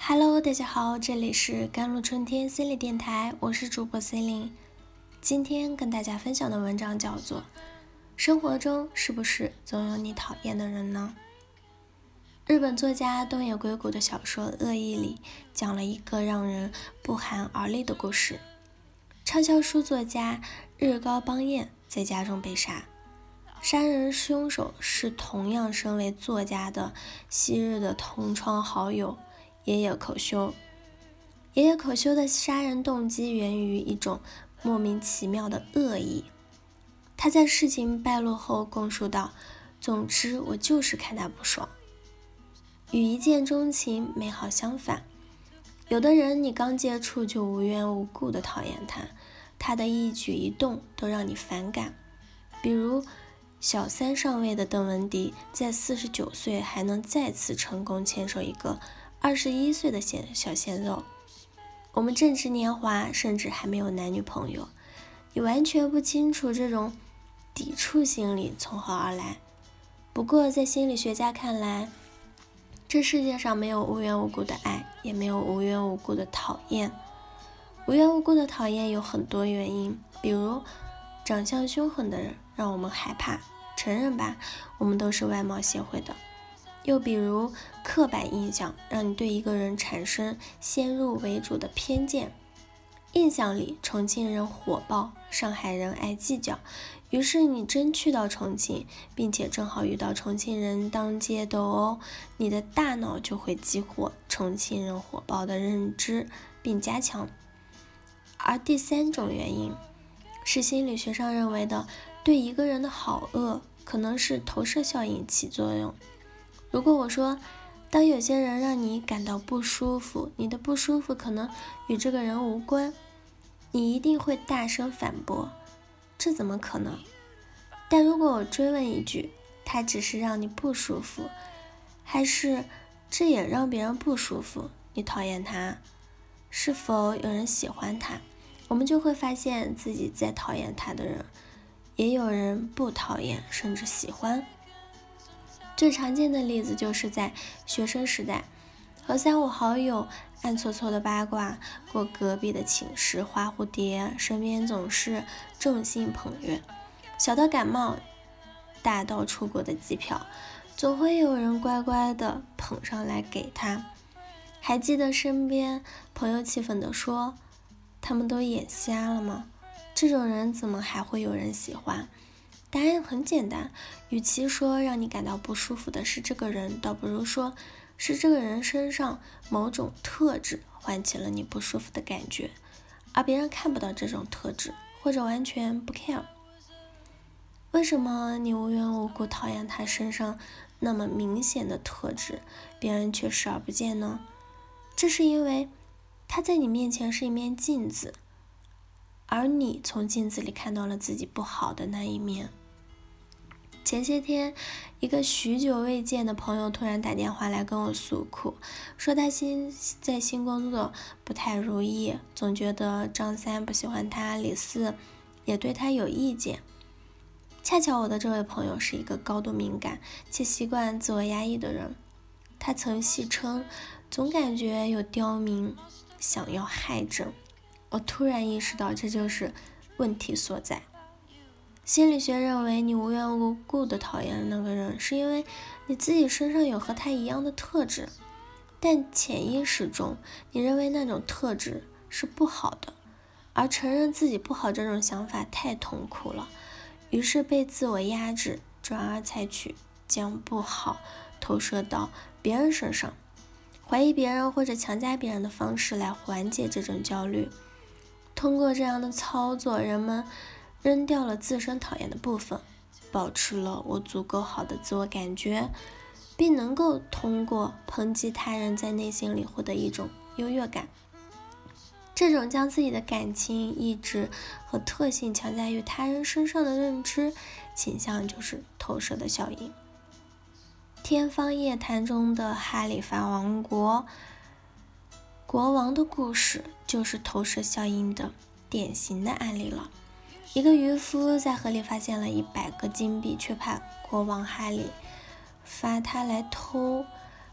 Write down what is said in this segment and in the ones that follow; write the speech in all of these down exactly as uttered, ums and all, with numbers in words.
Hello，大家好，这里是甘露春天心理电台，我是主播 Celine。今天跟大家分享的文章叫做生活中是不是总有你讨厌的人呢？日本作家东野圭吾的小说《恶意》里讲了一个让人不寒而栗的故事。畅销书作家日高邦彦在家中被杀，杀人凶手是同样身为作家的昔日的同窗好友爷爷口修。爷爷口修的杀人动机源于一种莫名其妙的恶意。他在事情败露后供述道：总之我就是看他不爽。与一见钟情美好相反，有的人你刚接触就无缘无故的讨厌他，他的一举一动都让你反感。比如小三上位的邓文迪在四十九岁还能再次成功牵手一个二十一岁的小鲜肉。我们正值年华，甚至还没有男女朋友，你完全不清楚这种抵触心理从何而来。不过在心理学家看来，这世界上没有无缘无故的爱，也没有无缘无故的讨厌。无缘无故的讨厌有很多原因，比如长相凶狠的人让我们害怕，承认吧，我们都是外貌协会的。又比如刻板印象让你对一个人产生先入为主的偏见。印象里重庆人火爆，上海人爱计较，于是你真去到重庆，并且正好遇到重庆人当街斗殴，你的大脑就会激活重庆人火爆的认知并加强。而第三种原因是心理学上认为的，对一个人的好恶可能是投射效应起作用。如果我说当有些人让你感到不舒服，你的不舒服可能与这个人无关，你一定会大声反驳，这怎么可能？但如果我追问一句，他只是让你不舒服，还是这也让别人不舒服，你讨厌他，是否有人喜欢他，我们就会发现自己在讨厌他的人，也有人不讨厌甚至喜欢。最常见的例子就是在学生时代，和三五好友暗搓搓的八卦，过隔壁的寝室花蝴蝶，身边总是众星捧月，小到感冒，大到出国的机票，总会有人乖乖的捧上来给他。还记得身边朋友气愤地说，他们都眼瞎了吗？这种人怎么还会有人喜欢？答案很简单，与其说让你感到不舒服的是这个人，倒不如说是这个人身上某种特质唤起了你不舒服的感觉，而别人看不到这种特质，或者完全不 care。 为什么你无缘无故讨厌他身上那么明显的特质，别人却视而不见呢？这是因为他在你面前是一面镜子，而你从镜子里看到了自己不好的那一面。前些天，一个许久未见的朋友突然打电话来跟我诉苦，说他新在新工作不太如意，总觉得张三不喜欢他，李四也对他有意见。恰巧我的这位朋友是一个高度敏感且习惯自我压抑的人，他曾戏称总感觉有刁民想要害朕。我突然意识到这就是问题所在。心理学认为你无缘无故的讨厌那个人，是因为你自己身上有和他一样的特质，但潜意识中你认为那种特质是不好的，而承认自己不好这种想法太痛苦了，于是被自我压制，转而采取将不好投射到别人身上，怀疑别人或者强加别人的方式来缓解这种焦虑。通过这样的操作，人们扔掉了自身讨厌的部分，保持了我足够好的自我感觉，并能够通过抨击他人在内心里获得一种优越感。这种将自己的感情、意志和特性强加于他人身上的认知倾向，就是投射的效应。天方夜谭中的哈里发王国国王的故事就是投射效应的典型的案例了。一个渔夫在河里发现了一百个金币，却怕国王哈里发他来偷，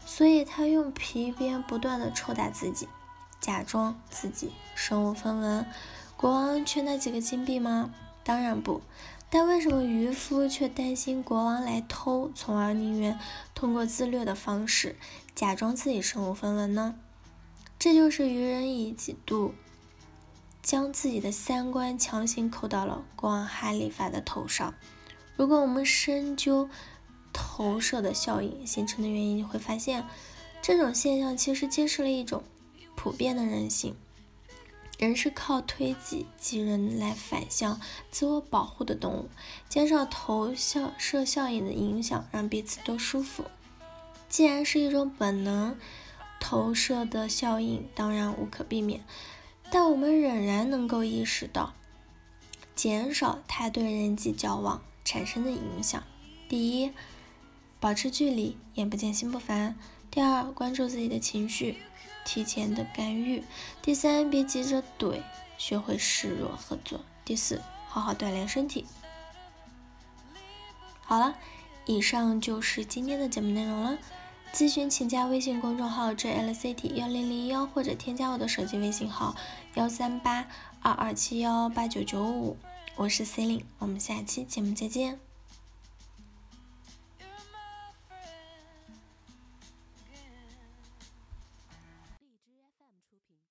所以他用皮鞭不断地抽打自己，假装自己身无分文。国王缺那几个金币吗？当然不。但为什么渔夫却担心国王来偷，从而宁愿通过自掠的方式假装自己身无分文呢？这就是渔人以几度将自己的三观强行扣到了国王哈里发的头上。如果我们深究投射的效应形成的原因，你会发现这种现象其实揭示了一种普遍的人性。人是靠推己及人来反向自我保护的动物，减少投射效应的影响，让彼此都舒服。既然是一种本能，投射的效应当然无可避免，但我们仍然能够意识到减少它对人际交往产生的影响。第一，保持距离，眼不见心不烦。第二，关注自己的情绪，提前的干预。第三，别急着怼，学会示弱合作。第四，好好锻炼身体。好了，以上就是今天的节目内容了。咨询请加微信公众号 J L C T 一零零一 或者添加我的手机微信号幺三八二二七幺八九九五，我是 Celine， 我们下期节目再见。